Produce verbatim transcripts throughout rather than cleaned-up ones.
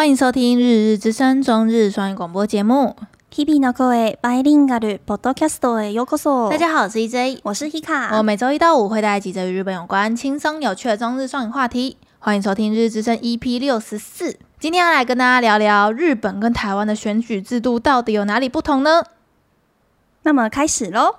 欢迎收听日日之声中日双语广播节目。 日々の声バイリンガルポッドキャストへようこそ。 大家好，我是 E J， 我是 Hika。 我每周一到五会带来几则与日本有关、轻松有趣的中日双语话题。欢迎收听日日之声 E P 六十四。今天要来跟大家聊聊日本跟台湾的选举制度到底有哪里不同呢？ 那么开始咯。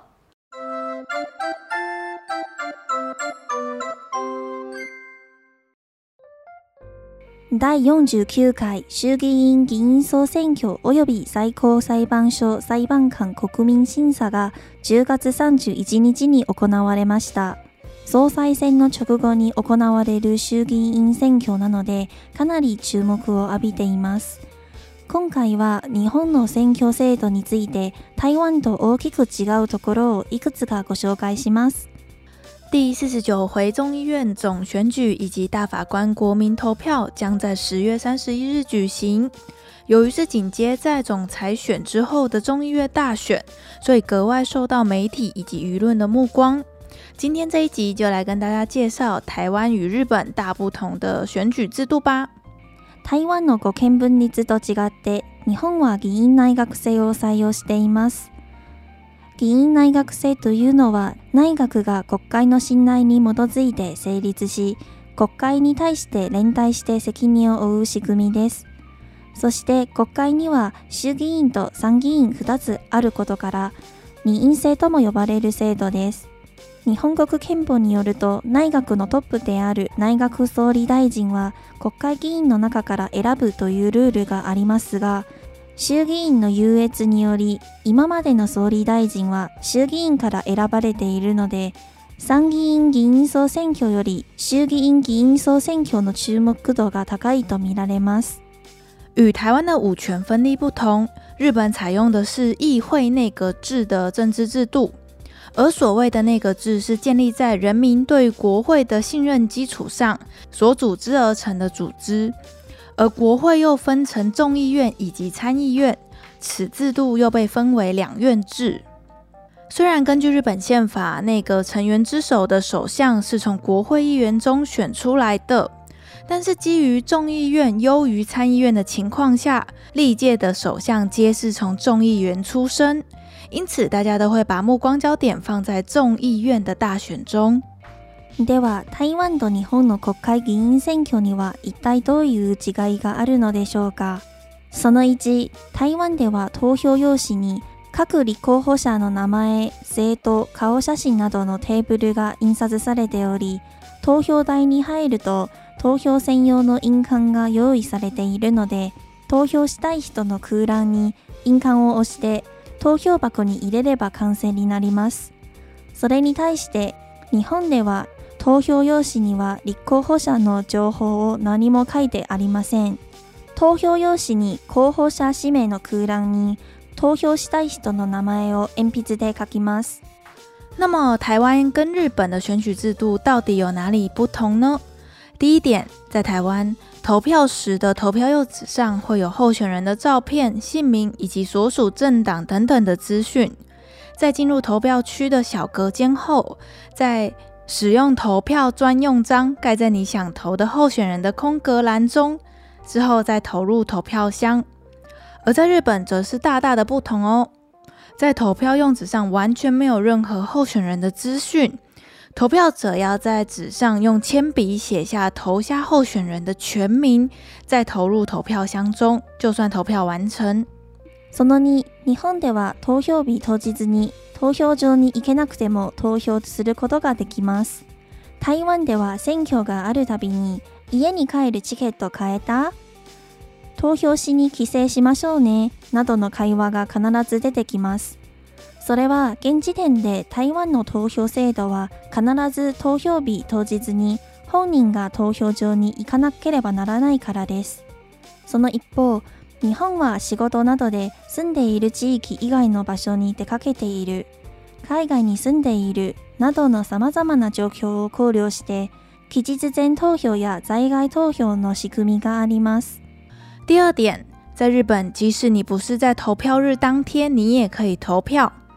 だいよんじゅうきゅうかい衆議院議員総選挙及び最高裁判所裁判官国民審査がじゅうがつさんじゅういちにちに行われました。総裁選の直後に行われる衆議院選挙なのでかなり注目を浴びています。今回は日本の選挙制度について台湾と大きく違うところをいくつかご紹介します。 第四十九回众议院总选举以及大法官国民投票将在十月三十一日举行。由于是紧接在总裁选之后的众议院大选，所以格外受到媒体以及舆论的目光。今天这一集就来跟大家介绍台湾与日本大不同的选举制度吧。 台湾の五権分立と違って日本は議員内閣制を採用しています。議員内閣制というのは内閣が国会の信頼に基づいて成立し、国会に対して連帯して責任を負う仕組みです。そして国会には衆議院と参議院ふたつあることから二院制とも呼ばれる制度です。日本国憲法によると内閣のトップである内閣総理大臣は国会議員の中から選ぶというルールがありますが、衆議院の優越により今までの総理大臣は衆議院から選ばれているので、参議院議員総選挙より衆議院議員総選挙の注目度が高いと見られます。 与台湾的五权分立不同，日本采用的是议会内阁制的政治制度，而所谓的内阁制是建立在人民对国会的信任基础上所组织而成的组织。而国会又分成众议院以及参议院，此制度又被分为两院制。虽然根据日本宪法，内阁成员之首的首相是从国会议员中选出来的，但是基于众议院优于参议院的情况下，历届的首相皆是从众议员出身，因此大家都会把目光焦点放在众议院的大选中。 では台湾と日本の国会議員選挙には一体どういう違いがあるのでしょうか。そのいち、台湾では投票用紙に各立候補者の名前、政党、顔写真などのテーブルが印刷されており、投票台に入ると投票専用の印鑑が用意されているので、投票したい人の空欄に印鑑を押して投票箱に入れれば完成になります。それに対して日本では投票用紙には立候補者の情報を何も書いてありません。投票用紙に候補者氏名の空欄に投票したい人の名前を鉛筆で書きます。 那么台湾跟日本的选举制度到底有哪里不同呢？第一点，在台湾投票时的投票用纸上会有候选人的照片、姓名以及所属政党等等的资讯。在进入投票区的小隔间后，在使用投票专用章盖在你想投的候选人的空格栏中，之后再投入投票箱。而在日本则是大大的不同哦，在投票用纸上完全没有任何候选人的资讯，投票者要在纸上用铅笔写下投下候选人的全名，再投入投票箱中，就算投票完成。 そのに、日本では投票日当日に投票所に行けなくても投票することができます。台湾では選挙があるたびに家に帰るチケット買えた？投票しに帰省しましょうねなどの会話が必ず出てきます。それは現時点で台湾の投票制度は必ず投票日当日に本人が投票所に行かなければならないからです。その一方、日本は仕事などで住んでいる地域以外の場所に出かけている、海外に住んでいるなどの様々な状況を考慮して、期日前投票や在外投票の仕組みがあります。 第二点，在日本，即使你不是在投票日当天，你也可以投票。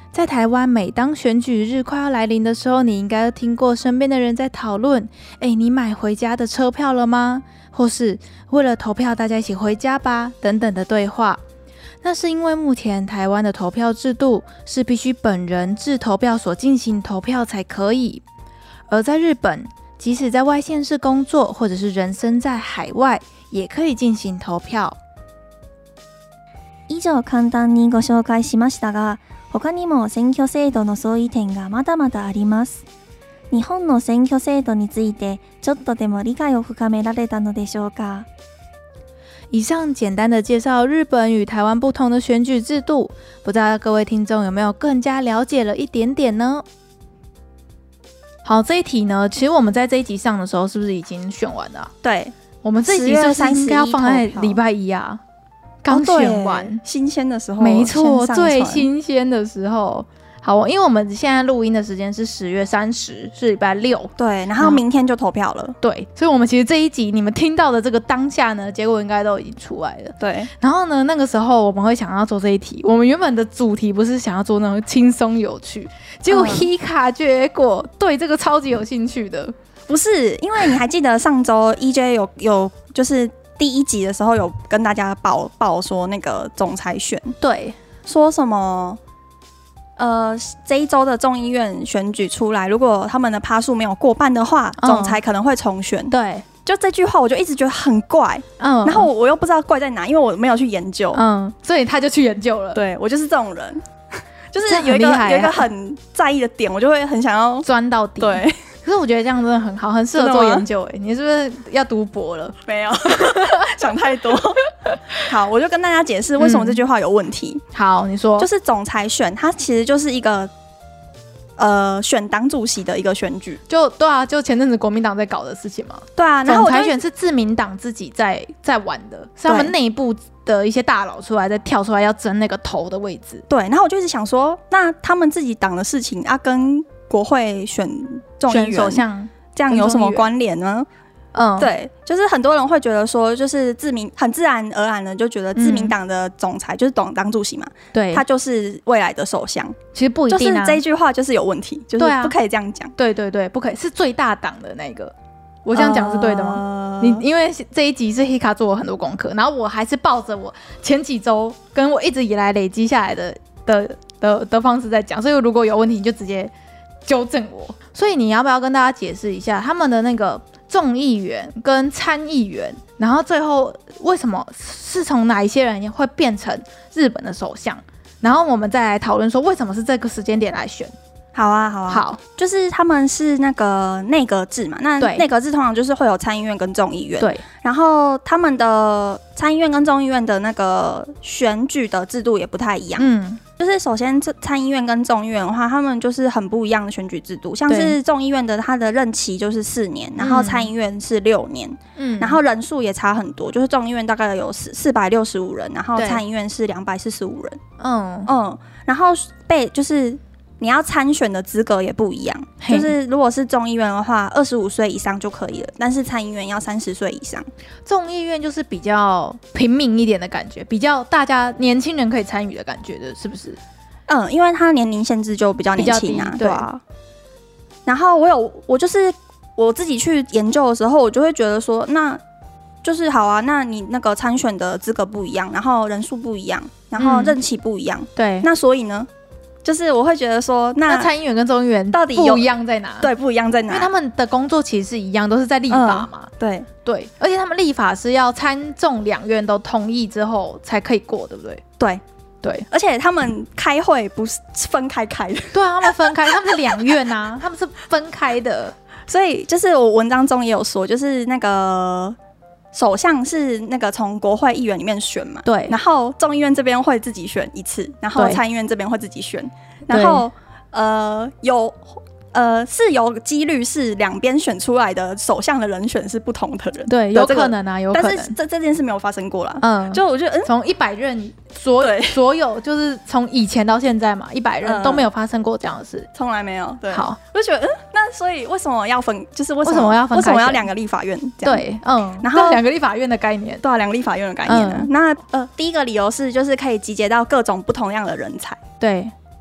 在台湾，每当选举日快要来临的时候，你应该听过身边的人在讨论：哎，你买回家的车票了吗？或是为了投票，大家一起回家吧，等等的对话。那是因为目前台湾的投票制度是必须本人至投票所进行投票才可以，而在日本，即使在外县市工作或者是人生在海外，也可以进行投票。 以上簡単にご紹介しましたが、他にも選挙制度の相違点がまだまだあります。日本の選挙制度についてちょっとでも理解を深められたのでしょうか？ 以上简单的介绍日本与台湾不同的选举制度，不知道各位听众有没有更加了解了一点点呢？好，这一题呢，其实我们在这一集上的时候是不是已经选完了啊？ 对， 我们这一集是不是应该要放在礼拜一啊？刚选完， 哦、新鲜的时候， 没错，最新鲜的时候。好，因为我们现在录音的时间是十月三十，是礼拜六， 对，然后明天就投票了， 嗯、对，所以我们其实这一集你们听到的这个当下呢，结果应该都已经出来了， 对。 然后呢，那个时候我们会想要做这一题，我们原本的主题不是想要做那种轻松有趣，结果 Hika 结果对这个超级有兴趣的， 不是，因为你还记得上周 E J 有有就是第一集的时候有跟大家报报说那个总裁选， 对， 说什么？呃，这一周的众议院选举出来，如果他们的趴数没有过半的话，嗯、总裁可能会重选。 对， 就这句话，我就一直觉得很怪。嗯，然后我又不知道怪在哪，因为我没有去研究。 嗯，所以他就去研究了。 对，我就是这种人，就是有一个有一个很在意的点，我就会很想要钻到底。 对。 可是我觉得这样真的很好，很适合做研究。哎，你是不是要读博了？ 没有，想太多。好，我就跟大家解释为什么这句话有问题。 嗯、好，你说， 就是总裁选，它其实就是一个呃选党主席的一个选举。 就对啊，就前阵子国民党在搞的事情嘛。 对啊，然后总裁选是自民党自己在在玩的，是他们内部的一些大佬出来再跳出来要争那个头的位置。 对，然后我就一直想说，那他们自己党的事情啊，跟国会选众议员首相这样有什么关联呢？ 嗯， 对，就是很多人会觉得说，就是自民很自然而然的就觉得自民党的总裁、嗯、就是党党主席嘛， 对， 他就是未来的首相。 其实不一定啊， 就是这一句话就是有问题，就是不可以这样讲。 对对对，不可以，是最大党的那个。我这样讲是对的吗？呃、你因为这一集是 Hika 做了很多功课，然后我还是抱着我前几周跟我一直以来累积下来的的的的方式在讲，所以如果有问题你就直接纠正我。所以你要不要跟大家解释一下他们的那个众议员跟参议员，然后最后为什么是从哪一些人会变成日本的首相，然后我们再来讨论说为什么是这个时间点来选。 好啊，好啊， 好， 就是他们是那个内阁制嘛，那内阁制通常就是会有参议院跟众议院， 对， 然后他们的参议院跟众议院的那个选举的制度也不太一样，嗯，就是首先参议院跟众议院的话，他们就是很不一样的选举制度，像是众议院的它的任期就是四年，然后参议院是六年，嗯，然后人数也差很多，就是众议院大概有四四百六十五人，然后参议院是两百四十五人，嗯嗯，然后被就是。你要参选的资格也不一样，就是如果是众议院的话，二十五岁以上就可以了，但是参议院要三十岁以上。 众议院就是比较平民一点的感觉，比较大家年轻人可以参与的感觉的，是不是？ 嗯，因为它年龄限制就比较年轻啊，对啊。然后我有我就是我自己去研究的时候，我就会觉得说，那就是好啊，那你那个参选的资格不一样，然后人数不一样，然后任期不一样，嗯、 对， 那所以呢？就是我会觉得说，那, 那参议员跟众议员到底不一样在哪？ 对，不一样在哪？ 因为他们的工作其实是一样，都是在立法嘛。 嗯、对对，而且他们立法是要参众两院都同意之后才可以过，对不对？ 对对， 而且他们开会不是分开开的， 对啊，他们分开，他们是两院啊，他们是分开的。 所以就是我文章中也有说，就是那个。首相是那个从国会议员里面选嘛， 对， 然后众议院这边会自己选一次，然后参议院这边会自己选，然后呃有呃是有几率是两边选出来的首相的人选是不同的人， 对，有可能啊，有可能， 但是这这件事没有发生过啦， 嗯， 就我觉得，嗯， 从一百任所所有就是从以前到现在嘛，一百任、嗯、都没有发生过这样的事， 从来没有，对， 好， 我就觉得，嗯，那所以为什么要分？就是为什么, 为什么要分？ 为什么要两个立法院？这样对，嗯， 然后两个立法院的概念， 对啊，两个立法院的概念、啊嗯。那呃，第一个理由是就是可以集结到各种不同样的人才， 对。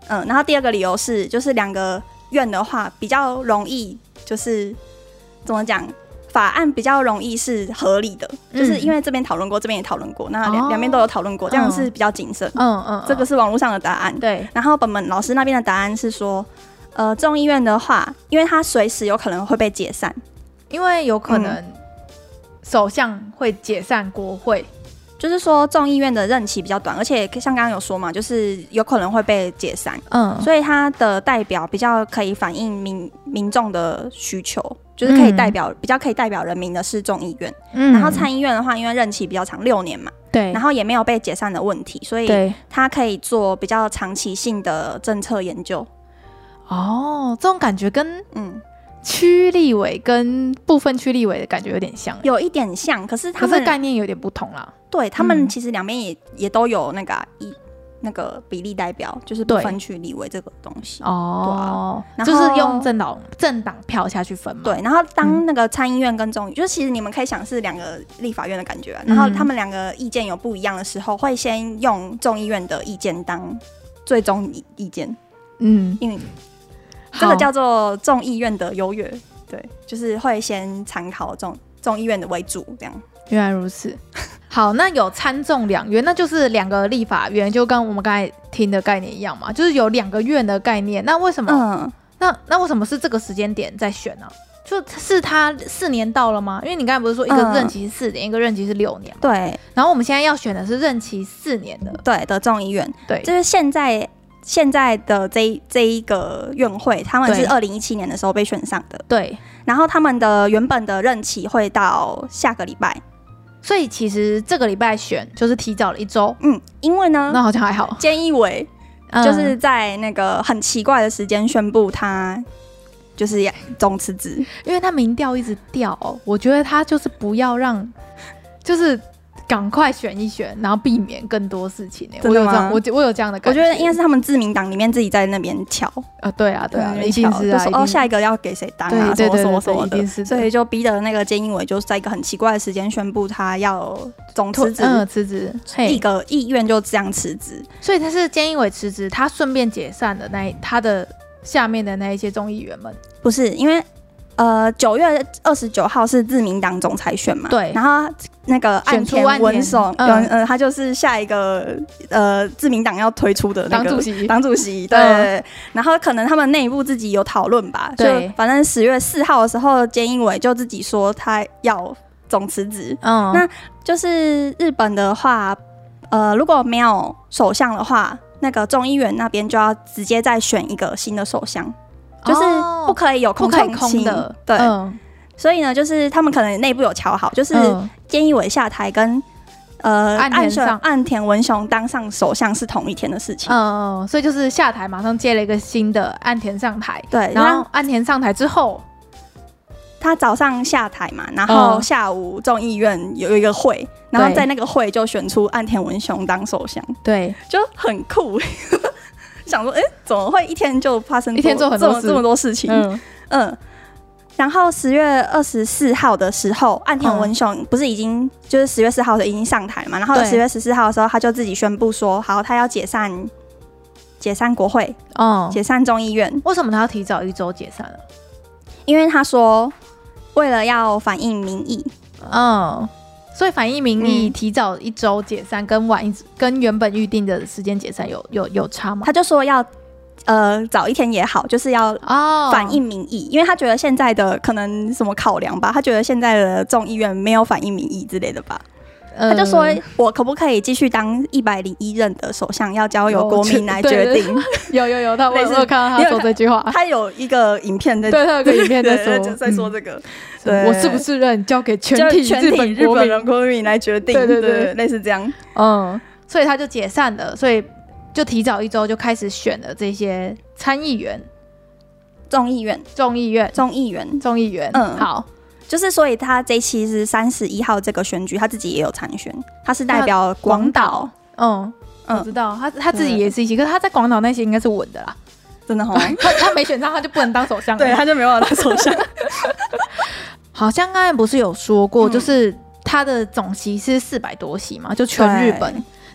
嗯，然后第二个理由是，就是两个院的话比较容易，就是怎么讲，法案比较容易是合理的，嗯、就是因为这边讨论过，这边也讨论过，那两两边都有讨论过，这样是比较谨慎。嗯嗯，这个是网络上的答案。对，然后本本老师那边的答案是说，呃，众议院的话，因为它随时有可能会被解散， 因为有可能首相会解散国会。嗯， 就是说众议院的任期比较短，而且像刚刚有说嘛，就是有可能会被解散，嗯，所以他的代表比较可以反映民民众的需求，就是可以代表、嗯、比较可以代表人民的是众议院，嗯，然后参议院的话，因为任期比较长，六年嘛，对，然后也没有被解散的问题，所以他可以做比较长期性的政策研究。 哦，这种感觉跟嗯。区立委跟部分区立委的感觉有点像， 有一点像，可是他们可是概念有点不同啦。 对，他们其实两边也、嗯、也都有那个一那个比例代表，就是不分区立委这个东西。哦， 对啊，就是用政党政党票下去分嘛。 对，然后当那个参议院跟众议、嗯，就是其实你们可以想是两个立法院的感觉、啊，然后他们两个意见有不一样的时候，会先用众议院的意见当最终意见。嗯，因为这个叫做众议院的优越，对，就是会先参考众众议院的为主，这样。 原来如此。好，那有参众两院，那就是两个立法院，就跟我们刚才听的概念一样嘛，就是有两个院的概念。那为什么？嗯、那那为什么是这个时间点在选呢、啊？就是他四年到了吗？因为你刚才不是说一个任期是四年、嗯，一个任期是六年嘛？对。然后我们现在要选的是任期四年的， 对的众议院，对，就是现在。现在的这这一个院会，他们是二零一七年的时候被选上的，对。然后他们的原本的任期会到下个礼拜， 所以其实这个礼拜选就是提早了一周。 嗯，因为呢， 那好像还好。 菅义伟就是在那个很奇怪的时间宣布他就是总辞职， 因为他民调一直掉，我觉得他就是不要让，就是。赶快选一选，然后避免更多事情、欸。 真的吗？ 我有我我有这样的感觉。 我觉得应该是他们自民党里面自己在那边瞧。 啊，对啊，对啊，一定是啊。 就说哦，下一个要给谁当啊？ 对对对对， 什么什么一定是。 所以就逼得那个菅义伟就在一个很奇怪的时间宣布他要总辞职， 嗯，辞职， 一个议院就这样辞职。 所以他是菅义伟辞职，他顺便解散了那他的下面的那一些众议员们。 不是，因为。呃，九月二十九号是自民党总裁选嘛？对。然后那个岸田文雄，嗯呃，他就是下一个呃自民党要推出的那个党主席， 党主席。对、嗯。然后可能他们内部自己有讨论吧。对。反正十月四号的时候，菅义伟就自己说他要总辞职。嗯。那就是日本的话，呃，如果没有首相的话，那个众议院那边就要直接再选一个新的首相。就是不可以有空空的，对、嗯，所以呢，就是他们可能内部有瞧好，就是菅义伟下台跟呃岸田岸田文雄当上首相是同一天的事情， 嗯，所以就是下台马上接了一个新的岸田上台，对，然后岸田上台之后， 他早上下台嘛，然后下午众议院有一个会，然后在那个会就选出岸田文雄当首相，对，就很酷。想说，哎、欸，怎么会一天就发生一天做很多这么多事情？嗯嗯。然后十月二十四号的时候，岸田文雄不是已经、嗯、就是十月四号的已经上台嘛？然后十月十四号的时候，他就自己宣布说，好，他要解散解散国会，哦，解散众议院。 为什么他要提早一周解散了？ 因为他说，为了要反映民意， 嗯。所以反映民意提早一周解散，跟晚一跟原本预定的时间解散有有有差吗？ 他就说要呃早一天也好，就是要反映民意、哦，因为他觉得现在的可能什么考量吧，他觉得现在的众议院没有反映民意之类的吧。他就说：“我可不可以继续当一百零一任的首相？要交由国民来决定。” 有有有，他我有看到他说这句话。 他有一个影片在， 对，他有个影片在说， 在说这个。 我是不是任交给全体日本日本人国民来决定？对对对，类似这样。 嗯，所以他就解散了，所以就提早一周就开始选了这些参议员、 众议院、 众议院、 众议员、 众议员。嗯，好。 就是所以他这一期是三十一号这个选举，他自己也有参选，他是代表广岛。 嗯嗯，我知道他他自己也是一期，可是他在广岛那些应该是稳的啦， 真的齁。 他他没选上，他就不能当首相， 对，他就没办法当首相。 好像刚才不是有说过，嗯、就是他的总席是四百多席嘛，就全日本。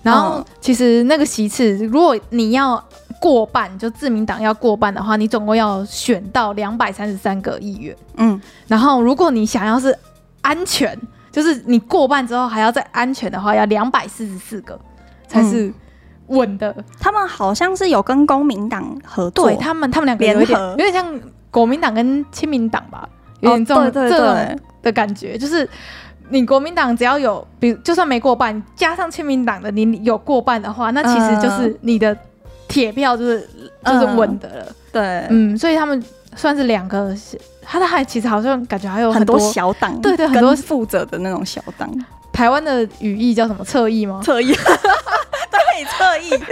然后其实那个席次，如果你要过半，就自民党要过半的话，你总共要选到两百三十三个议员。嗯，然后如果你想要是安全，就是你过半之后还要再安全的话，要两百四十四个才是稳的、嗯。 他们好像是有跟公民党合作， 对他们，他们两个有一点有点像国民党跟亲民党吧，有点这种、哦、对对对这种的感觉，就是你国民党只要有，比如就算没过半，加上亲民党的你有过半的话，那其实就是你的铁票就是、呃、就是稳的了。 对， 嗯，所以他们算是两个，他的还其实好像感觉还有很多小党， 对对，很多负责的那种小党。 台湾的语义叫什么？侧翼吗？ 侧翼，对，侧翼。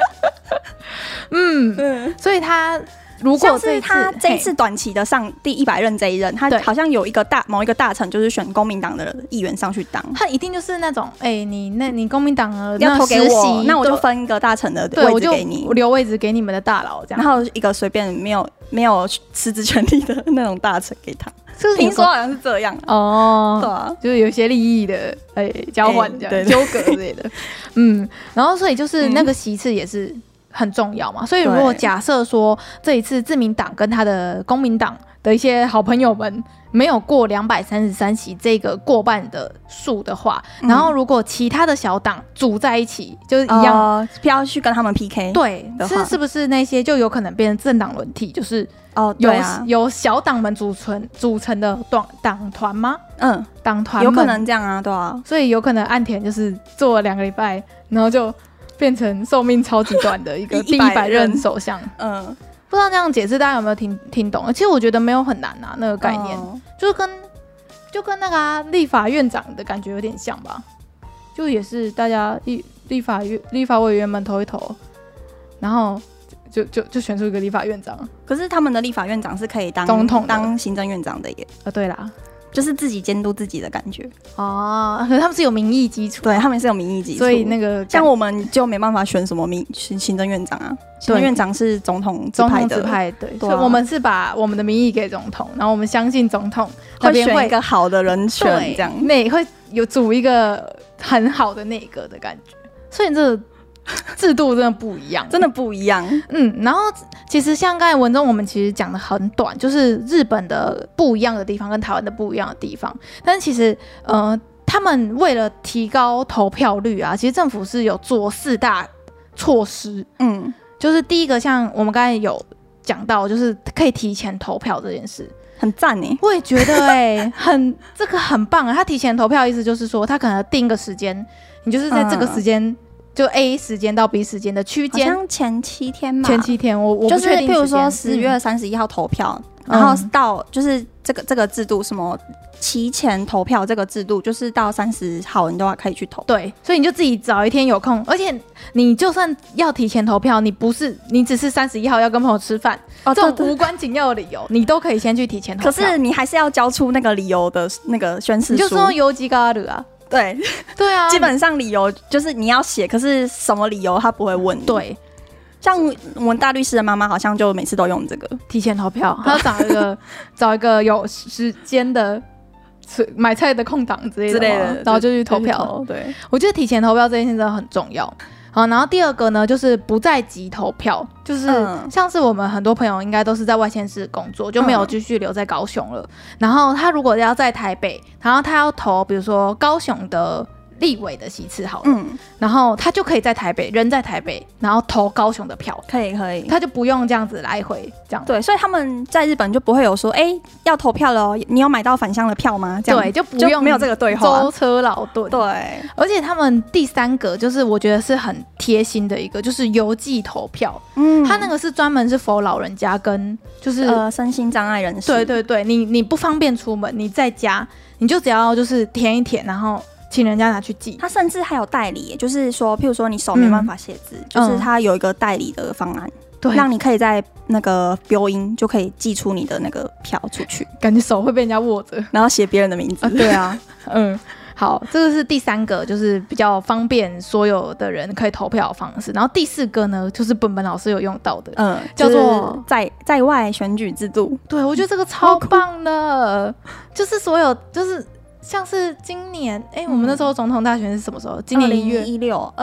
嗯嗯，所以他。如果像是他这一次短期的上第一百任这一任，他好像有一个大某一个大臣就是选公民党的议员上去当， 他一定就是那种，哎、欸，你那你公民党要投给我，那我就分一个大臣的位置给你， 我留位置给你们的大佬这样， 然后一个随便没有没有实质权利的那种大臣给他。听说好像是这样哦，对啊，就是有些利益的哎、欸、交换这样纠葛、欸、之类的，嗯，然后所以就是那个席次也是。很重要嘛，所以如果假设说这一次自民党跟他的公民党的一些好朋友们没有过两百三十三席这个过半的数的话、嗯，然后如果其他的小党组在一起，就是一样， 呃、不要去跟他们 P K， 对，是是不是那些就有可能变成政党轮替，就是哦， 有、 对啊、 有小党们组成组成的党党团吗？ 嗯， 党团有可能这样啊，对啊， 所以有可能岸田就是做了两个礼拜，然后就。变成寿命超级短的一个第一百任首相，嗯，不知道这样解释大家有没有听听懂？其实我觉得没有很难啊，那个概念、哦、就是跟就跟那个、啊、立法院长的感觉有点像吧，就也是大家立立法院立法委员们投一投，然后就就就选出一个立法院长。 可是他们的立法院长是可以当总统当行政院长的耶。 呃，对啦。 就是自己监督自己的感觉哦，可是他们是有民意基础， 对他们是有民意基础， 所以那个像我们就没办法选什么民行政院长啊，行政院长是总统指派的， 总统指派对，对、啊，所以我们是把我们的民意给总统，然后我们相信总统那边会选一个好的人选，这样内会有组一个很好的内阁的感觉，所以这个制度真的不一样， 真的不一样。 嗯，然后其实像刚才文中我们其实讲的很短，就是日本的不一样的地方跟台湾的不一样的地方。但其实呃，他们为了提高投票率啊，其实政府是有做四大措施。嗯，就是第一个像我们刚才有讲到，就是可以提前投票这件事。 很赞哎， 我也觉得哎、欸，很这个很棒啊！他提前投票意思就是说，他可能定个时间，你就是在这个时间。嗯就 A 时间到 B 时间的区间， 好像前七天嘛。 前七天，我我不确定。 就是譬如说十月三十一号投票、嗯，然后到就是这个这个制度什么提前投票这个制度，就是到三十号你都要可以去投。 对，所以你就自己找一天有空，而且你就算要提前投票，你不是你只是三十一号要跟朋友吃饭、哦，这种无关紧要的理由，你都可以先去提前投票。 可是你还是要交出那个理由的那个宣誓书。 你就说邮寄嘎的啊。 对对啊， 基本上理由就是你要写，可是什么理由他不会问你。 对， 像我们大律师的妈妈好像就每次都用这个提前投票，她要找一个找一个有时间的买菜的空档之类的之类的，然后就去投票。 对， 我觉得提前投票这件事真的很重要。好，然后第二个呢，就是不在籍投票，就是像是我们很多朋友应该都是在外县市工作，就没有继续留在高雄了。嗯、然后他如果要在台北，然后他要投，比如说高雄的立委的席次好了，嗯，然后他就可以在台北，人在台北，然后投高雄的票， 可以可以， 他就不用这样子来回这样。 对，所以他们在日本就不会有说，哎、欸，要投票了哦，你有买到返乡的票吗？这样对，就不用没有这个对话， 舟车劳顿。 对， 而且他们第三个就是我觉得是很贴心的一个，就是邮寄投票。嗯，他那个是专门是 for 老人家跟就是呃身心障碍人士。 对对对，你你不方便出门，你在家你就只要就是填一填，然后请人家拿去寄。 他甚至还有代理，就是说，譬如说你手没办法写字、嗯，就是他有一个代理的方案，对、嗯，让你可以在那个标音就可以寄出你的那个票出去。 感觉手会被人家握着， 然后写别人的名字。 啊对啊，嗯。好，这个是第三个，就是比较方便所有的人可以投票的方式。然后第四个呢，就是本本老师有用到的，嗯，叫做在在外选举制度。 对，我觉得这个超棒的，就是所有就是像是今年，哎、欸，我们那时候总统大选是什么时候？今年一月一六，呃呃，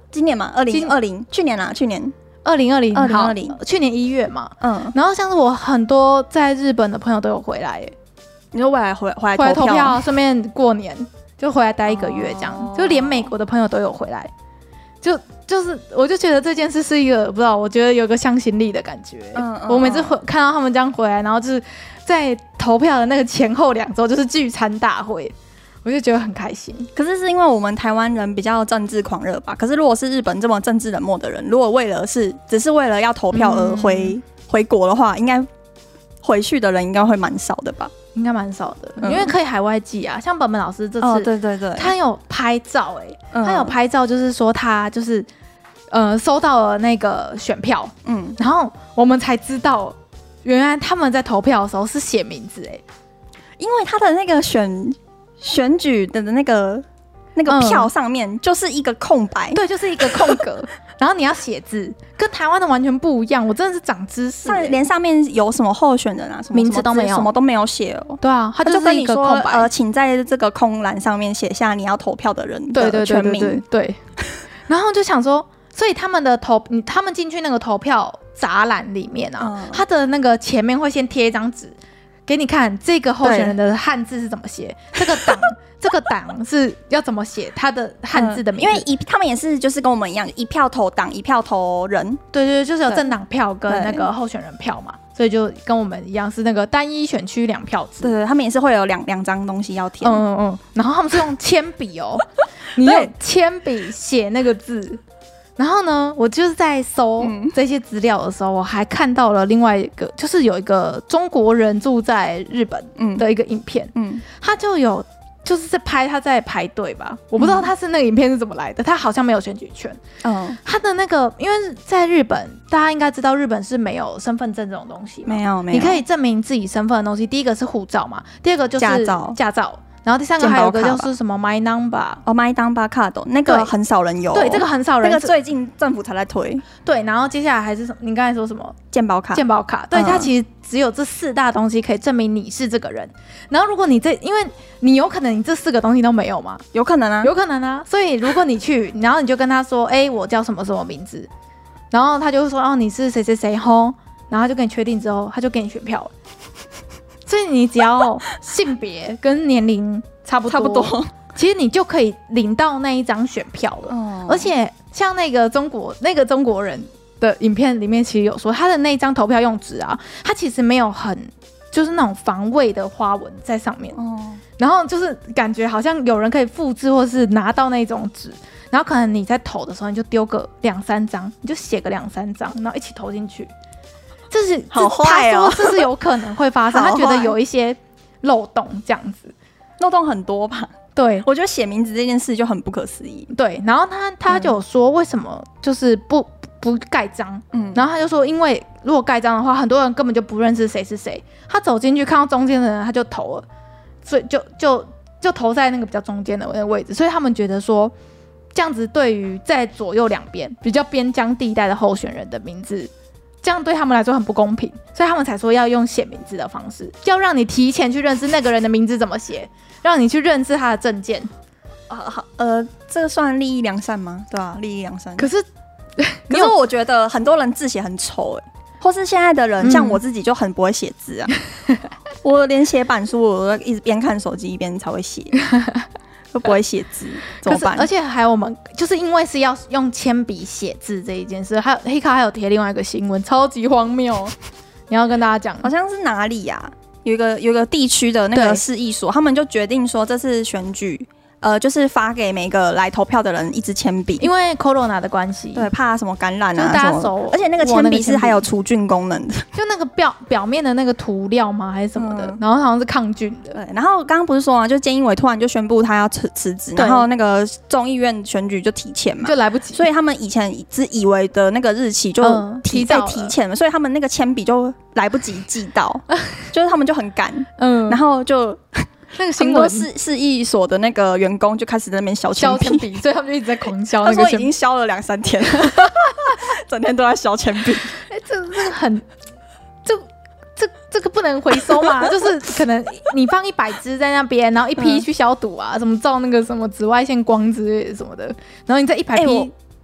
今年嘛，二零二零，去年啦，去年二零二零， 二零二零， 去年一月嘛， 嗯， 然后像是我很多在日本的朋友都有回来耶， 你说回来回回来回来投票，顺便过年就回来待一个月这样，哦、就连美国的朋友都有回来，就就是我就觉得这件事是一个不知道，我觉得有个向心力的感觉。嗯嗯、我每次回看到他们这样回来，然后就是在投票的那个前后两周就是聚餐大会。我就觉得很开心， 可是是因为我们台湾人比较政治狂热吧？可是如果是日本这么政治冷漠的人，如果为了是只是为了要投票而回、嗯、回国的话，应该回去的人应该会蛮少的吧？ 应该蛮少的、嗯，因为可以海外寄啊。像本本老师这次， 哦、对对对， 他有拍照哎、欸嗯，他有拍照，就是说他就是呃收到了那个选票，嗯，然后我们才知道，原来他们在投票的时候是写名字哎、欸， 因为他的那个选。选举的那个那个票上面就是一个空白， 嗯、对，就是一个空格，然后你要写字，跟台湾的完全不一样。我真的是长知识、欸， 连上面有什么候选人啊，什么名字都没有， 什么都没有写哦。 对啊，他就是一个空白， 呃，请在这个空栏上面写下你要投票的人的全名。 对对对对 对, 对。然后就想说，所以他们的投，他们进去那个投票闸栏里面啊，嗯、他的那个前面会先贴一张纸。给你看这个候选人的汉字是怎么写，这个党这个党是要怎么写他的汉字的名字、 嗯、因为一他们也是就是跟我们一样，一票投党一票投人， 对对对，就是有政党票跟那个候选人票嘛，所以就跟我们一样是那个单一选区两票制。 对对，他们也是会有两两张东西要填， 嗯嗯嗯，然后他们是用铅笔哦，你用铅笔写那个字。然后呢，我就是在搜这些资料的时候、嗯，我还看到了另外一个，就是有一个中国人住在日本的一个影片，嗯，他就有就是在拍他在排队吧，我不知道他是那个影片是怎么来的，他好像没有选举权，嗯，他的那个因为在日本，大家应该知道日本是没有身份证这种东西， 没有没有， 你可以证明自己身份的东西，第一个是护照嘛，第二个就是驾照， 驾照。然后第三个还有一个就是什么 My Number 哦 My Number Card 那个很少人有、哦， 对，这个很少人， 那个最近政府才在推。 对，然后接下来还是什么？你刚才说什么？ 健保卡， 健保卡，对、嗯，它其实只有这四大东西可以证明你是这个人。然后如果你这，因为你有可能你这四个东西都没有嘛， 有可能啊， 有可能啊。所以如果你去，然后你就跟他说，哎、欸，我叫什么什么名字，然后他就会说，哦，你是谁谁谁吼，然后他就跟你确定之后，他就给你选票了。所以你只要性别跟年龄差不多，差不多，其实你就可以领到那一张选票了。嗯、而且像那个中国那个中国人的影片里面，其实有说他的那一张投票用纸啊，他其实没有很就是那种防卫的花纹在上面。哦、然后就是感觉好像有人可以复制或是拿到那种纸，然后可能你在投的时候你就丢个两三张，你就写个两三张，然后一起投进去。这是好坏哦， 他说这是有可能会发生，他觉得有一些漏洞这样子， 漏洞很多吧？ 对， 我觉得写名字这件事就很不可思议。 对，然后他他就有说为什么就是不不盖章，嗯，然后他就说，因为如果盖章的话，很多人根本就不认识谁是谁，他走进去看到中间的人他就投了，所以就就就投在那个比较中间的那个位置，所以他们觉得说这样子对于在左右两边比较边疆地带的候选人的名字。这样对他们来说很不公平，所以他们才说要用写名字的方式，要让你提前去认识那个人的名字怎么写，让你去认识他的证件。 啊，好，呃，这个算利益良善吗？对啊，利益良善。 可是， 可是我觉得很多人字写很丑哎、欸，或是现在的人、嗯，像我自己就很不会写字啊。我连写板书，我都一直边看手机一边才会写。都不会写字，怎么办？ 而且还有我们就是因为是要用铅笔写字这一件事，还有黑卡还有贴另外一个新闻，超级荒谬。你要跟大家讲， 好像是哪里呀、啊？有一个有一个地区的那个市役所，他们就决定说这次选举。呃，就是发给每个来投票的人一支铅笔， 因为 corona 的关系， 对，怕什么感染啊， 就是大家手， 而且那个铅笔是还有除菌功能的， 就那个表表面的那个涂料吗，还是什么的，嗯、然后好像是抗菌的。 对，然后刚刚不是说啊，就菅义伟突然就宣布他要辞辞职，然后那个众议院选举就提前嘛， 就来不及， 所以他们以前只以为的那个日期就提在、嗯、提前了，所以他们那个铅笔就来不及寄到，就是他们就很赶，嗯，然后就。 那个新闻市市役所的那个员工就开始在那边削铅笔，所以他们就一直在狂削。 他说已经削了两三天，整天都在削铅笔。 哎、欸，这这个很，这这这个不能回收嘛？就是可能你放一百支在那边，然后一批去消毒啊，什么照那个什么紫外线光之类的什么的，然后你再一百批。 欸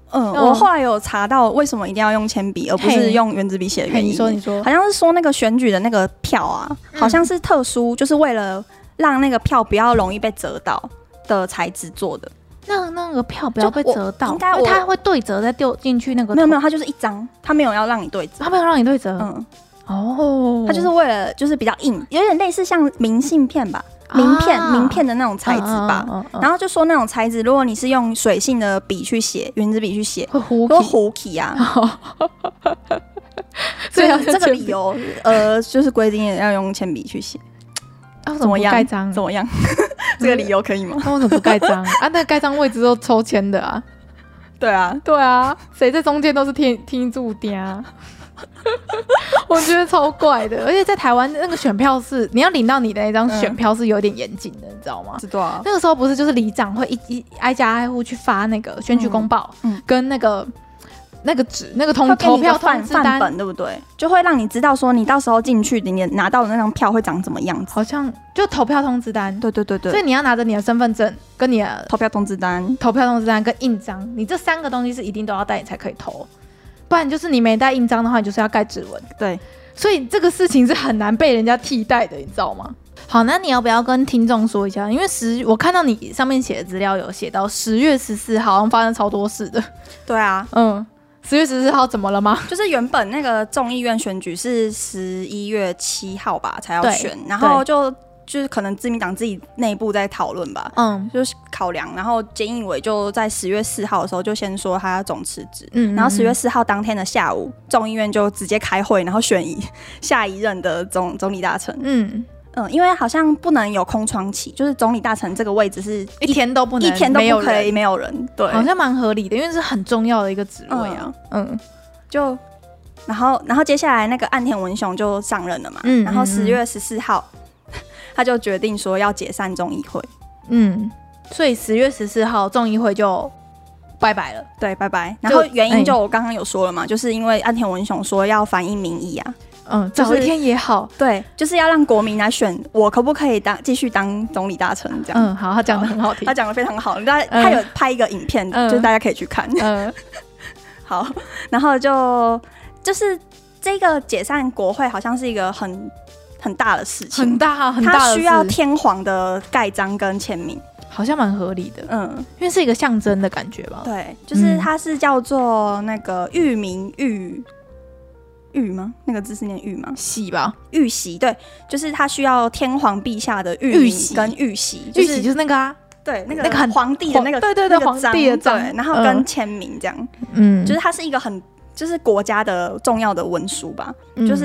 嗯，我后来有查到为什么一定要用铅笔而不是用原子笔写的原因。 你说你说， 好像是说那个选举的那个票啊，嗯、好像是特殊，就是为了让那个票不要容易被折到的材质做的。 那那个票不要被折到， 应该它会对折再丢进去那个。 没有没有，它就是一张，它没有要让你对折， 它没有让你对折。 嗯， 哦， 它就是为了就是比较硬，有点类似像明信片吧。名片、啊、名片的那种材质吧、嗯嗯嗯嗯，然后就说那种材质，如果你是用水性的笔去写，原子笔去写， 会糊会糊起啊。所以这个理由，呃，就是规定要用铅笔去写。 啊，怎么盖章？ 怎么样？这个理由可以吗？ 那为什么不盖章啊？那盖章位置都抽签的啊。 对啊， 对啊，谁在中间都是听听注定啊。我觉得超怪的，而且在台湾那个选票是你要领到你的那张选票是有点严谨的、嗯，你知道吗？ 知道啊。 那个时候不是就是里长会一一挨家挨户去发那个选举公报，嗯，跟那个那个纸那个投投票通知单本，对不对？就会让你知道说你到时候进去你拿到的那张票会长怎么样子。 好像就投票通知单， 对对对对。 所以你要拿着你的身份证跟你的投票通知单、 投票通知单跟印章，你这三个东西是一定都要带，你才可以投。不然就是你没带印章的话，你就是要盖指纹。 对， 所以这个事情是很难被人家替代的，你知道吗？好，那你要不要跟听众说一下？因为十，我看到你上面写的资料有写到十月十四号，好像发生超多事的。 对啊， 嗯，十月十四号怎么了吗？ 就是原本那个众议院选举是十一月七号吧才要选，然后就。就是可能自民党自己内部在讨论吧，嗯，就是考量，然后菅义伟就在十月四号的时候就先说他要总辞职，嗯，然后十月四号当天的下午，众议院就直接开会，然后选一下一任的总总理大臣，嗯嗯，因为好像不能有空窗期，就是总理大臣这个位置是 一, 一天都不能， 一天都不可以没有人，对， 好像蛮合理的，因为是很重要的一个职位啊，嗯，嗯就然后然后接下来那个岸田文雄就上任了嘛，嗯，然后十月十四号。他就决定说要解散众议会， 嗯，所以十月十四号众议会就拜拜了， 对，拜拜。然后原因就我刚刚有说了嘛，就是因为岸田文雄说要反映民意啊， 嗯，早一天也好， 对，就是要让国民来选我可不可以当继续当总理大臣这样。 嗯，好，他讲得很好听， 他讲得非常好，他他有拍一个影片，嗯、就是大家可以去看。嗯，好，然后就就是这个解散国会好像是一个很。很大的事情， 很大很大的事， 它需要天皇的盖章跟签名， 好像蛮合理的，嗯，因为是一个象征的感觉吧。 对，就是它是叫做那个玉民玉玉吗？那个字是念玉吗？ 玺吧， 玉玺，对，就是它需要天皇陛下的玉名跟玉玺， 玉玺就是那个啊， 对，那个那个皇帝的那个， 对对对，皇帝的章， 对，然后跟签名这样，嗯，就是它是一个很就是国家的重要的文书吧，就是。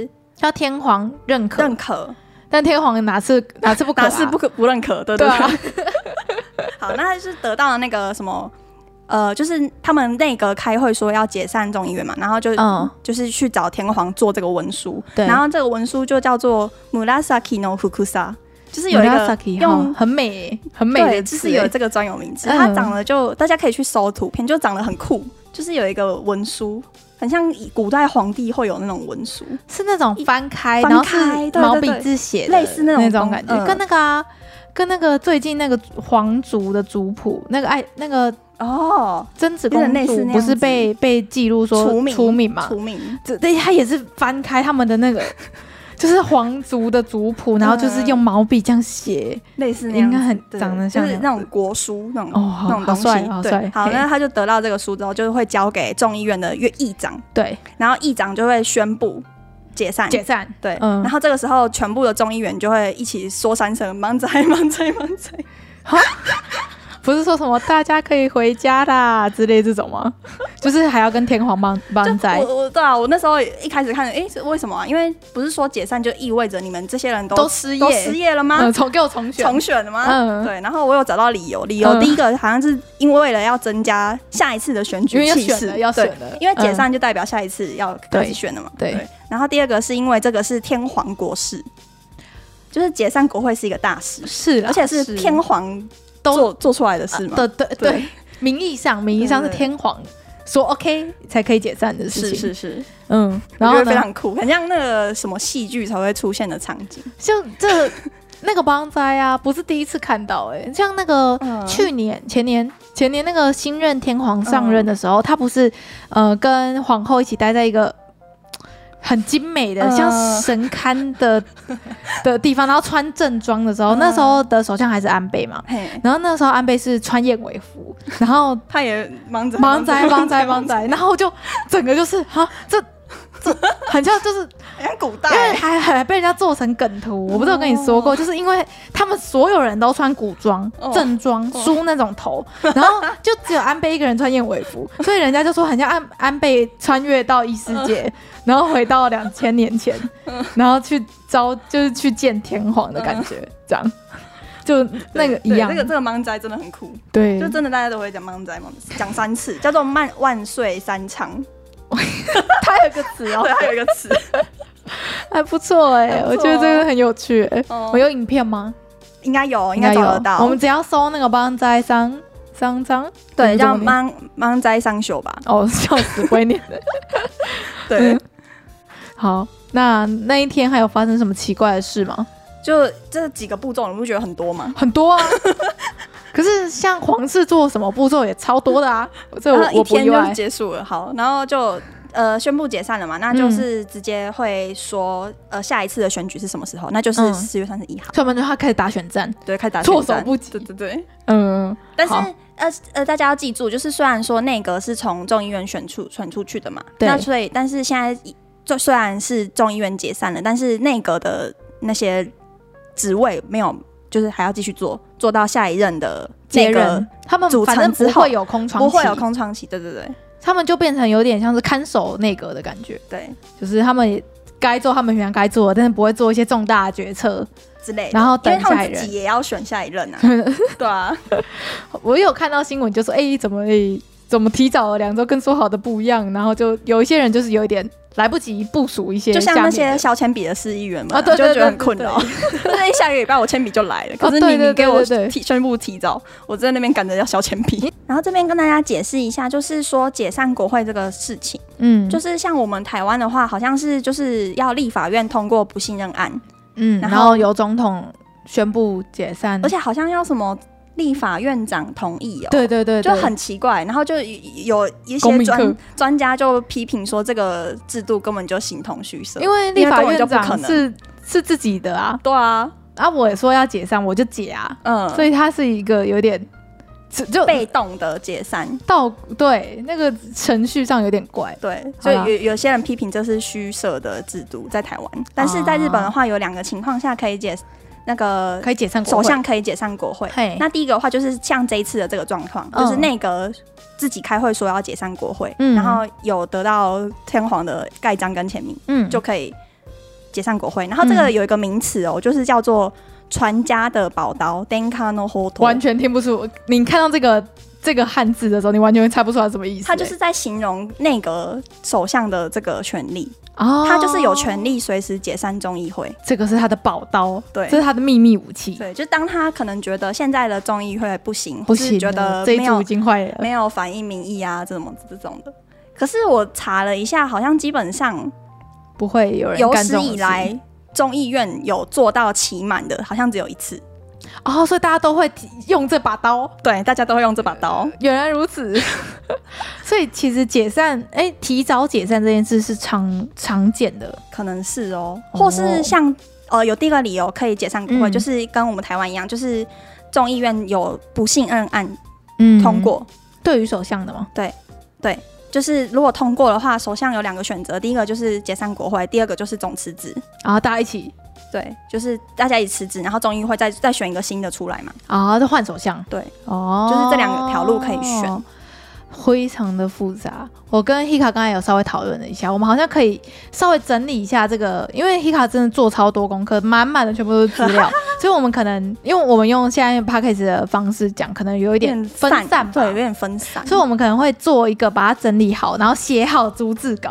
要天皇认可， 认可， 但天皇哪次哪次不可、啊， 哪次不可不认可，对对对。啊、好，那他是得到了那个什么，呃，就是他们内阁开会说要解散众议院嘛，然后就、嗯、就是去找天皇做这个文书，然后这个文书就叫做 Murasaki no Fukusa， 就是有一个用很美很美的字， 就是有这个专有名词，嗯、它长得就大家可以去搜图片，就长得很酷，就是有一个文书。很像古代皇帝会有那种文书， 是那种翻开，然后是毛笔字写的， 类似那种那种感觉，嗯、跟那个、啊、跟那个最近那个皇族的族谱，那个爱那个哦，贞子公主不是被被记录说除名除名嘛？ 除名， 对，他也是翻开他们的那个。就是皇族的族谱，然后就是用毛笔这样写， 类似那样， 应该很长得像就是那种国书那种、 哦、 那种东西。 好对，好，那他就得到这个书之后，就会交给众议院的议长， 对， 然后议长就会宣布解散， 解散， 对，嗯，然后这个时候全部的众议员就会一起说三声“满载满载满载”，哈。 不是说什么大家可以回家啦之类这种吗？就是还要跟天皇帮帮在。 我我对啊，我那时候一开始看，哎、欸，为什么啊？因为不是说解散就意味着你们这些人都都失业都失业了吗？ 嗯，重给我重选重选了吗？嗯，对。然后我有找到理由，理由第一个好像是因为为了要增加下一次的选举气势， 要选了， 因为解散就代表下一次要开始选了嘛。对。对然后第二个是因为这个是天皇国事，就是解散国会是一个大事， 是， 而且是天皇。做做出来的事嘛？ 对对对，名义上名义上是天皇说 OK 才可以解散的事情， 是是是， 嗯， 然后非常酷，很像那个什么戏剧才会出现的场景。 像这那个帮灾啊，不是第一次看到哎、欸，像那个去年、嗯、前年前年那个新任天皇上任的时候，嗯、他不是呃跟皇后一起待在一个很精美的、嗯、像神龛的的地方，然后穿正装的时候、嗯，那时候的首相还是安倍嘛，然后那时候安倍是穿燕尾服，然后他也忙灾忙灾忙灾忙灾，然后就整个就是哈这。这很像就是很古代， 因为还还被人家做成梗图，我不知道跟你说过，哦、就是因为他们所有人都穿古装、哦、正装、梳那种头，哦、然后就只有安倍一个人穿燕尾服，所以人家就说很像安安倍穿越到异世界，嗯、然后回到两千年前，嗯、然后去招就是去见天皇的感觉，嗯、这样。就那个一样， 这个这个芒斋真的很酷， 对， 就真的大家都会讲芒斋，讲三次，叫做万万岁三昌。 它有一个词哦， 对，它有一个词， 还不错哎、欸，我觉得这个很有趣哎、欸。哦、我有影片吗？ 应该有，应该找得到。 我们只要搜那个芒斋桑桑桑， 对，叫芒芒斋桑秀吧。 哦，笑死，不会念的。 对、嗯， 好，那那一天还有发生什么奇怪的事吗？ 就这几个步骤，你不觉得很多吗？ 很多啊。可是像皇室做什么步骤也超多的啊，这我我不意外。一天就结束了，好，然后就呃宣布解散了嘛，那就是直接会说、嗯、呃下一次的选举是什么时候，那就是四月三十一号， 所以我们就要开始打选战， 对，开始打选战， 措手不及， 对对对， 嗯， 但是呃呃大家要记住，就是虽然说内阁是从众议院选出选出去的嘛，那所以但是现在就虽然是众议院解散了，但是内阁的那些职位没有。就是还要继续做，做到下一任的接任，他们反正不会有空窗期， 不会有空窗期，对对对， 他们就变成有点像是看守内阁的感觉， 对， 就是他们该做他们原来该做的，但是不会做一些重大的决策之类的， 然后等下一任， 因为他们自己也要选下一任啊，对啊， 我有看到新闻就说，哎、欸，怎么、欸、怎么提早了两周，跟说好的不一样，然后就有一些人就是有一点。来不及部署一些， 就像那些削铅笔的市议员嘛， 啊、对对对对对， 就觉得很困扰。就是下个礼拜我铅笔就来了，可是你、哦、你给我提宣布提早，我在那边赶着要削铅笔。然后这边跟大家解释一下，就是说解散国会这个事情，嗯，就是像我们台湾的话，好像是就是要立法院通过不信任案， 嗯，然后, 然后由总统宣布解散， 而且好像要什么。立法院长同意哦， 对对 对, 对， 就很奇怪。然后就有一些专专家就批评说，这个制度根本就形同虚设， 因为立法院长是是自己的啊， 对啊， 啊，我也说要解散，我就解啊，嗯，所以它是一个有点就被动的解散， 到对那个程序上有点怪， 对，所以有有些人批评这是虚设的制度在台湾，但是在日本的话，有两个情况下可以解。那个可以解散国会， 首相可以解散国会。那第一个的话就是像这一次的这个状况、嗯，就是内阁自己开会说要解散国会、嗯，然后有得到天皇的盖章跟签名、嗯，就可以解散国会。然后这个有一个名词哦，就是叫做传家的宝刀 ，Denka no Hoto， 完全听不出。你看到这个这个汉字的时候，你完全猜不出来什么意思、欸。 他就是在形容内阁首相的这个权利。哦，他就是有权利随时解散众议会， 这个是他的宝刀， 对， 这是他的秘密武器。 对，就当他可能觉得现在的众议会不行， 不行， 觉得这一组已经坏了， 没有反映民意啊，这种这种的。可是我查了一下，好像基本上不会有人有史以来众议院有做到期满的，好像只有一次。 哦，所以大家都会用这把刀， 对，大家都会用这把刀。 原来如此，所以其实解散，哎、欸，提早解散这件事是常常见的， 可能是哦，或是像呃有第二个理由可以解散国会、嗯，就是跟我们台湾一样，就是众议院有不信任案通过，嗯、 对于首相的吗？ 对对。就是如果通过的话，首相有两个选择，第一个就是解散国会，第二个就是总辞职， 然后大家一起， 对，就是大家一起辞职，然后众议会再再选一个新的出来嘛， 啊，再换首相， 对，哦，就是这两条路可以选， 非常的复杂。我跟 Hika 刚才有稍微讨论了一下，我们好像可以稍微整理一下这个，因为 Hika 真的做超多功课，满满的全部都是资料，所以我们可能因为我们用现在 Podcast 的方式讲，可能有一点分散吧， 对，有点分散， 所以我们可能会做一个把它整理好，然后写好逐字稿，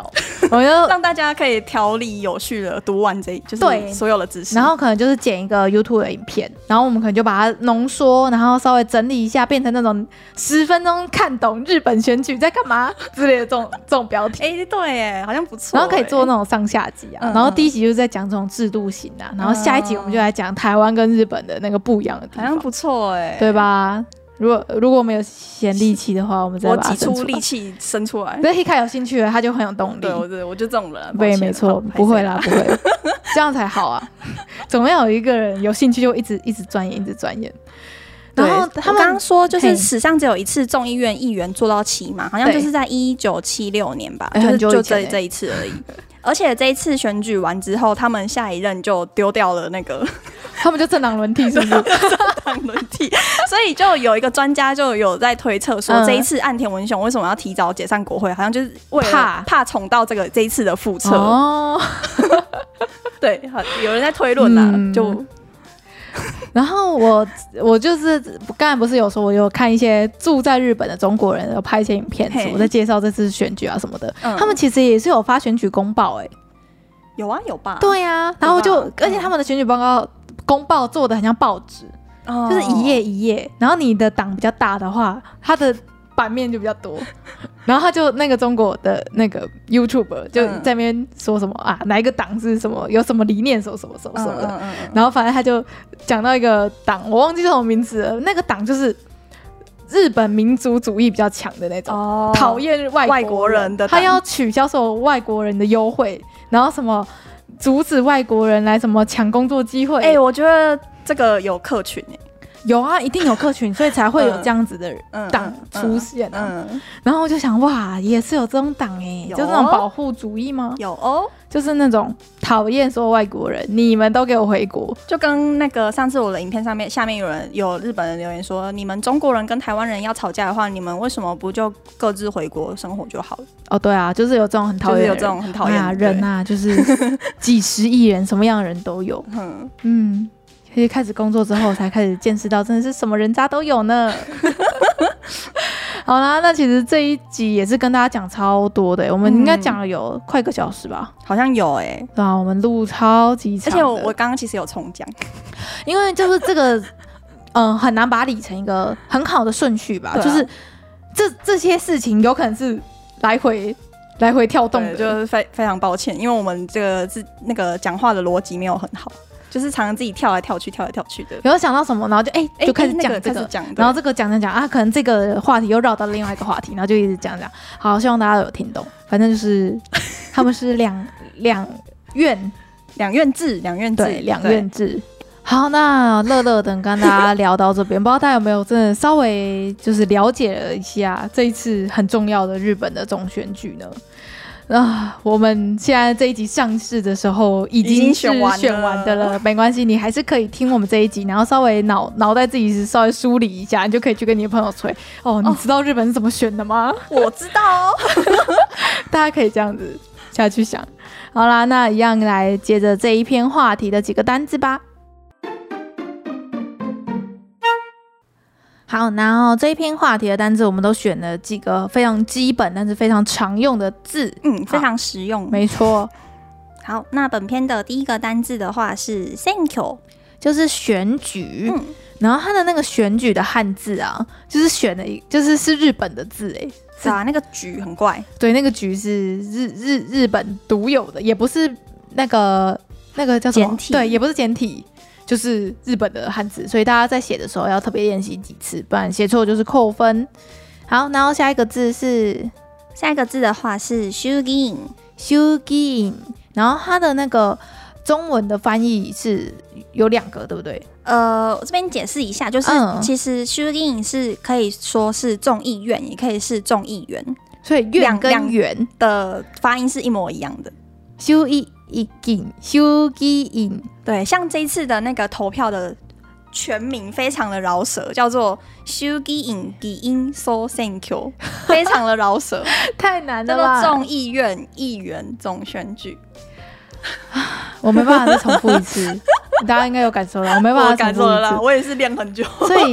我就让大家可以条理有序的读完这就是所有的知识， 然后可能就是剪一个 YouTube 的影片，然后我们可能就把它浓缩，然后稍微整理一下，变成那种十分钟看懂日本选举在干嘛之类的这种这种标题。 哎、欸，对耶，好像不错。 然后可以做那种上下集啊，嗯、然后第一集就是在讲这种制度型啊，然后下一集我们就来讲台湾跟日本的那个不一样的地方， 好像不错哎， 对吧？如果如果我们有闲力气的话，我们再把它生出来。 我挤出力气生出来。 对 Hika 有兴趣了，他就很有动力。 对，我我就这种人。 对，没错，不会啦，不会，这样才好啊！总要有一个人有兴趣，就一直一直钻研，一直钻研。然后他们刚刚说，就是史上只有一次众议院议员做到期嘛，好像就是在一九七六年吧， 欸、 就是就这欸、 这一次而已。而且这一次选举完之后，他们下一任就丢掉了那个， 他们就政党轮替，是不是？ 政党轮替，所以就有一个专家就有在推测说，嗯、这一次岸田文雄为什么要提早解散国会，好像就是为了怕怕重蹈这个这一次的覆辙。哦，对，有人在推论啦，嗯、就。 然后我我就是刚才不是有说我有看一些住在日本的中国人有拍一些影片子，我在介绍这次选举啊什么的，嗯、他们其实也是有发选举公报哎、欸， 有啊有吧？ 对啊，然后就而且他们的选举报告公报做的很像报纸，哦、就是一页一页，然后你的党比较大的话，它的版面就比较多，然后他就那个中国的那个 YouTuber 就在那边说什么、嗯、啊，哪一个党是什么，有什么理念，什么什么什么什么的，嗯嗯嗯、然后反正他就讲到一个党，我忘记叫什么名字了，那个党就是日本民族主义比较强的那种，讨、哦、厌外, 外国人的党， 他要取消所有外国人的优惠，然后什么阻止外国人来什么抢工作机会。 哎、欸，我觉得这个有客群哎、欸。 有啊，一定有客群，所以才会有这样子的党出现啊。嗯嗯嗯、然后我就想，哇，也是有这种党哎、欸，就这种保护主义吗？ 有哦， 就是那种讨厌所有外国人，你们都给我回国。 就跟那个上次我的影片上面，下面有人有日本人留言说，你们中国人跟台湾人要吵架的话，你们为什么不就各自回国生活就好了？ 哦，对啊，就是有这种很讨厌， 就是有这种很讨厌的人啊，就是几十亿人，什么样的人都有。嗯嗯。其实开始工作之后才开始见识到真的是什么人渣都有呢。好啦，那其实这一集也是跟大家讲超多的、欸、我们应该讲了有快个小时吧、 嗯、好像有哎、欸， 对啊，我们录超级长的， 而且我我刚刚其实有重讲， 因为就是这个嗯、呃、很难把它理成一个很好的顺序吧、啊、就是这这些事情有可能是来回来回跳动的， 就是非非常抱歉，因为我们这个是那个讲话的逻辑没有很好，就是常常自己跳来跳去跳来跳去的， 有想到什么然后就哎、欸、就开始讲这个、欸那個、然后这个讲讲讲啊，可能这个话题又绕到另外一个话题，然后就一直讲讲。好，希望大家有听懂。反正就是他们是两两院两院制两院制对两院制。好，那乐乐等跟大家聊到这边，不知道大家有没有真的稍微就是了解了一下这一次很重要的日本的总选举呢？啊，我们现在这一集上市的时候已经是选完的了，没关系，你还是可以听我们这一集，然后稍微脑脑袋自己稍微梳理一下，你就可以去跟你的朋友吹哦。你知道日本是怎么选的吗？ 我知道哦， 大家可以这样子下去想。好啦，那一样来接着这一篇话题的几个单字吧。好，然后这一篇话题的单字，我们都选了几个非常基本但是非常常用的字， 嗯，非常实用， 没错。 好，那本篇的第一个单字的话是 選挙， 就是选举。嗯，然后它的那个选举的汉字啊，就是选的，就是是日本的字，哎， 是啊，那个举很怪， 对，那个举是日日日本独有的，也不是那个那个叫什么简体，对，也不是简体。就是日本的汉字，所以大家在写的时候要特别练习几次，不然写错就是扣分。好，然后下一个字是下一个字的话是衆議院， 衆議院，然后它的那个中文的翻译是有两个，对不对？ 呃，我这边解释一下，就是、嗯、其实衆議院是可以说是众议院，也可以是众议员， 所以院跟员的发音是一模一样的。 衆議院，衆議院。 对，像这一次的那个投票的全名非常的饶舌，叫做衆議院議員総選挙，非常的饶舌， 太难了吧？ 叫做众议院议员总选举。 我没办法再重复一次，大家应该有感受了，我没办法再重复一次。 我感受了啦，我也是练很久。 所以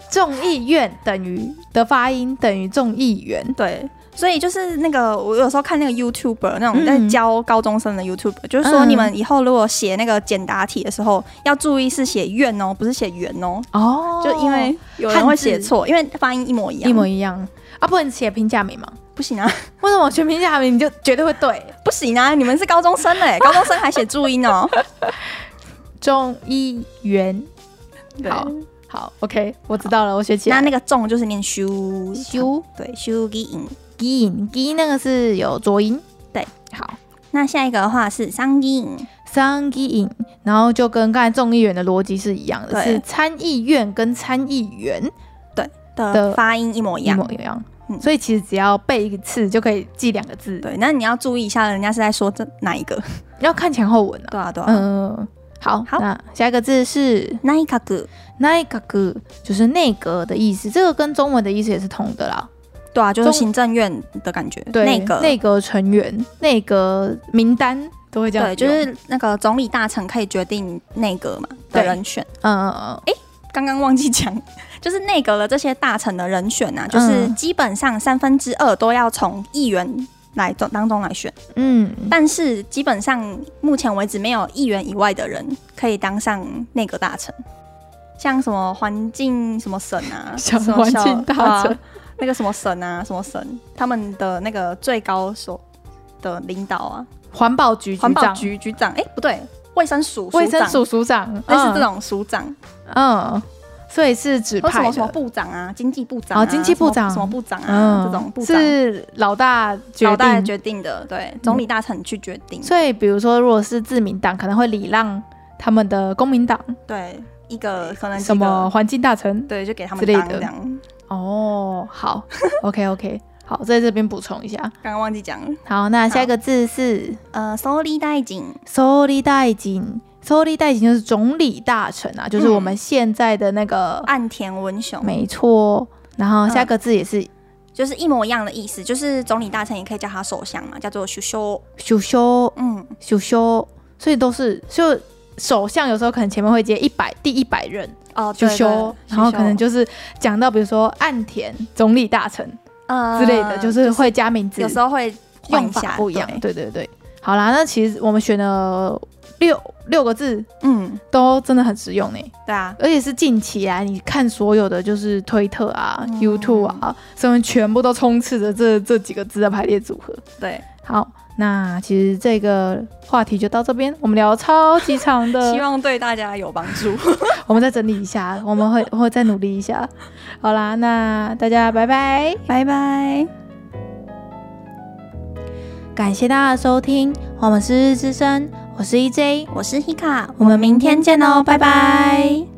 众议院等于的发音等于众议员， 对。所以就是那个，我有时候看那个 YouTuber 那种在教高中生的 YouTuber，、嗯、就是说你们以后如果写那个简答题的时候，要注意是写院哦，不是写圆哦。哦，就因为有人会写错，因为发音一模一样， 一模一样啊，不能写平假名吗？ 不行啊， 为什么选平假名你就绝对会对？ 不行啊，你们是高中生嘞，高中生还写注音哦。 众议员，好。好 ，OK， 我知道了，我学起来。 那那个重就是念修修， 对，修基音基音基那个是有浊音， 对。 好， 那下一个的话是商基音， 商基音，然后就跟刚才众议员的逻辑是一样的，是参议院跟参议员对的发音一模一样， 一模一样。嗯、所以其实只要背一次就可以记两个字。 对，那你要注意一下，人家是在说这哪一个， 要看前后文啊。 对啊，对啊。 嗯、呃，好，好，那下一个字是内閣。 内閣就是内阁的意思，这个跟中文的意思也是同的啦。 对啊，就是行政院的感觉。 对， 内阁内阁成员、内阁名单都会这样。 对，就是那个总理大臣可以决定内阁嘛的人选。嗯嗯嗯。哎，刚刚忘记讲，就是内阁的这些大臣的人选啊，就是基本上三分之二都要从议员来当中来选。嗯，但是基本上目前为止没有议员以外的人可以当上内阁大臣。像什么环境什么省啊， 什么环境大臣、啊， 那个什么省啊，什么省，他们的那个最高所的领导啊， 环保局局长， 环保局局长，哎、欸，不对，卫生署卫生署署长， 类似这种署长， 嗯，所以是指派的什么什么部长啊，经济部长、啊， 哦，经济部长， 什么部长啊，嗯、这种部长是老大决定老大决定的，对，总理大臣去决定。 嗯、所以比如说，如果是自民党，可能会礼让他们的公民党， 对。一个可能什么环境大臣， 对，就给他们当这样。 哦，好，OK OK， 好，在这边补充一下， 刚刚忘记讲了。 好，那下一个字是呃，総理大臣。 総理大臣，総理大臣就是总理大臣啊，就是我们现在的那个、 嗯、岸田文雄， 没错。然后下一个字也是、嗯， 就是一模一样的意思，就是总理大臣也可以叫他首相嘛，叫做首相。 首相，嗯，首相，所以都是就。首相有时候可能前面会接一百第一百任哦， 就修，然后可能就是讲到比如说岸田总理大臣呃之类的，就是会加名字， 有时候会用法不一样。对对对，好啦，那其实我们选了六六个字，嗯，都真的很实用呢。 对啊， 而且是近期来你看所有的就是推特啊、嗯、YouTube 啊，上面全部都充斥着这这几个字的排列组合。 对， 好。那其实这个话题就到这边，我们聊超级长的， 希望对大家有帮助。 我们再整理一下，我们会会再努力一下。好啦，那大家拜拜， 拜拜。 感谢大家的收听，我们是日之声，我是 E J， 我是 Hika， 我们明天见哦，拜拜。